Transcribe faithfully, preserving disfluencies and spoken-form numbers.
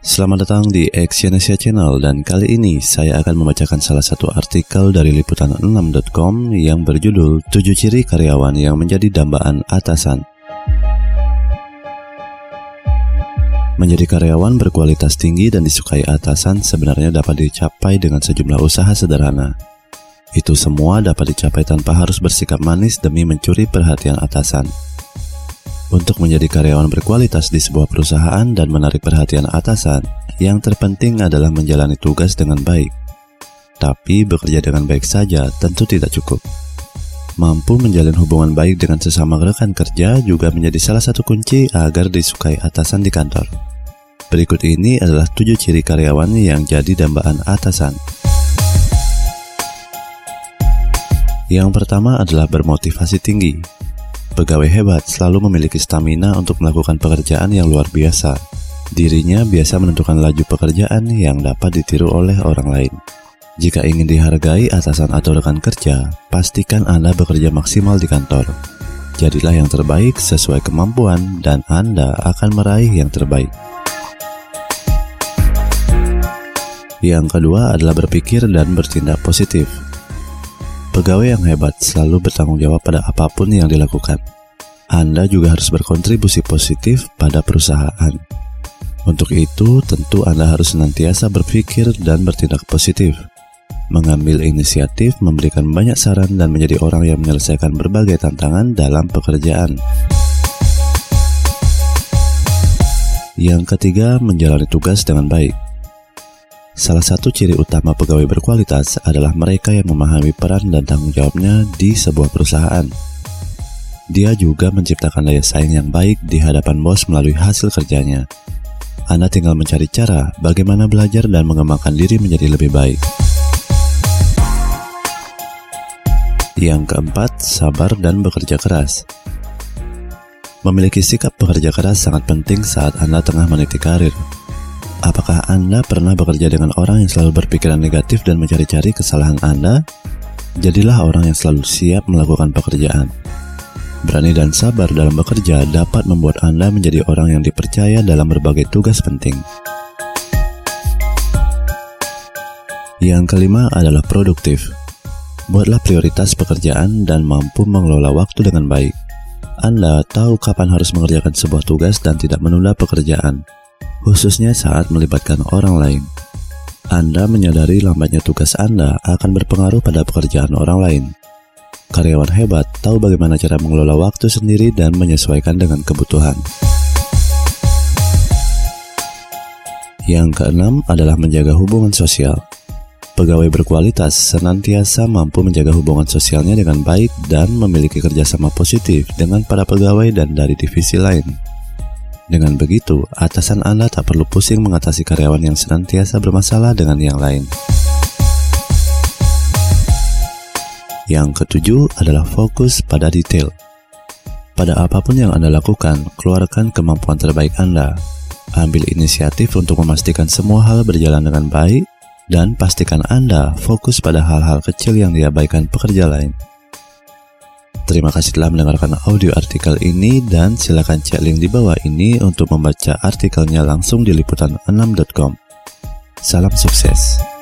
Selamat datang di Exyonesia Channel, dan kali ini saya akan membacakan salah satu artikel dari liputan enam titik com yang berjudul tujuh Ciri Karyawan yang Menjadi Dambaan Atasan. Menjadi karyawan berkualitas tinggi dan disukai atasan sebenarnya dapat dicapai dengan sejumlah usaha sederhana. Itu semua dapat dicapai tanpa harus bersikap manis demi mencuri perhatian atasan. Untuk menjadi karyawan berkualitas di sebuah perusahaan dan menarik perhatian atasan, yang terpenting adalah menjalani tugas dengan baik. Tapi bekerja dengan baik saja tentu tidak cukup. Mampu menjalin hubungan baik dengan sesama rekan kerja juga menjadi salah satu kunci agar disukai atasan di kantor. Berikut ini adalah tujuh ciri karyawan yang jadi dambaan atasan. Yang pertama adalah bermotivasi tinggi. Pegawai hebat selalu memiliki stamina untuk melakukan pekerjaan yang luar biasa. Dirinya biasa menentukan laju pekerjaan yang dapat ditiru oleh orang lain. Jika ingin dihargai atasan atau rekan kerja, pastikan Anda bekerja maksimal di kantor. Jadilah yang terbaik sesuai kemampuan dan Anda akan meraih yang terbaik. Yang kedua adalah berpikir dan bertindak positif. Pegawai yang hebat selalu bertanggung jawab pada apapun yang dilakukan. Anda juga harus berkontribusi positif pada perusahaan. Untuk itu, tentu Anda harus senantiasa berpikir dan bertindak positif, mengambil inisiatif, memberikan banyak saran, dan menjadi orang yang menyelesaikan berbagai tantangan dalam pekerjaan. Yang ketiga, menjalani tugas dengan baik. Salah satu ciri utama pegawai berkualitas adalah mereka yang memahami peran dan tanggung jawabnya di sebuah perusahaan. Dia juga menciptakan daya saing yang baik di hadapan bos melalui hasil kerjanya. Anda tinggal mencari cara bagaimana belajar dan mengembangkan diri menjadi lebih baik. Yang keempat, sabar dan bekerja keras. Memiliki sikap bekerja keras sangat penting saat Anda tengah meniti karir. Apakah Anda pernah bekerja dengan orang yang selalu berpikiran negatif dan mencari-cari kesalahan Anda? Jadilah orang yang selalu siap melakukan pekerjaan. Berani dan sabar dalam bekerja dapat membuat Anda menjadi orang yang dipercaya dalam berbagai tugas penting. Yang kelima adalah produktif. Buatlah prioritas pekerjaan dan mampu mengelola waktu dengan baik. Anda tahu kapan harus mengerjakan sebuah tugas dan tidak menunda pekerjaan, khususnya saat melibatkan orang lain. Anda menyadari lambatnya tugas Anda akan berpengaruh pada pekerjaan orang lain. Karyawan hebat tahu bagaimana cara mengelola waktu sendiri dan menyesuaikan dengan kebutuhan. Yang keenam adalah menjaga hubungan sosial. Pegawai berkualitas senantiasa mampu menjaga hubungan sosialnya dengan baik dan memiliki kerjasama positif dengan para pegawai dan dari divisi lain. Dengan begitu, atasan Anda tak perlu pusing mengatasi karyawan yang senantiasa bermasalah dengan yang lain. Yang ketujuh adalah fokus pada detail. Pada apapun yang Anda lakukan, keluarkan kemampuan terbaik Anda. Ambil inisiatif untuk memastikan semua hal berjalan dengan baik, dan pastikan Anda fokus pada hal-hal kecil yang diabaikan pekerja lain. Terima kasih telah mendengarkan audio artikel ini, dan silakan cek link di bawah ini untuk membaca artikelnya langsung di liputan enam titik com. Salam sukses.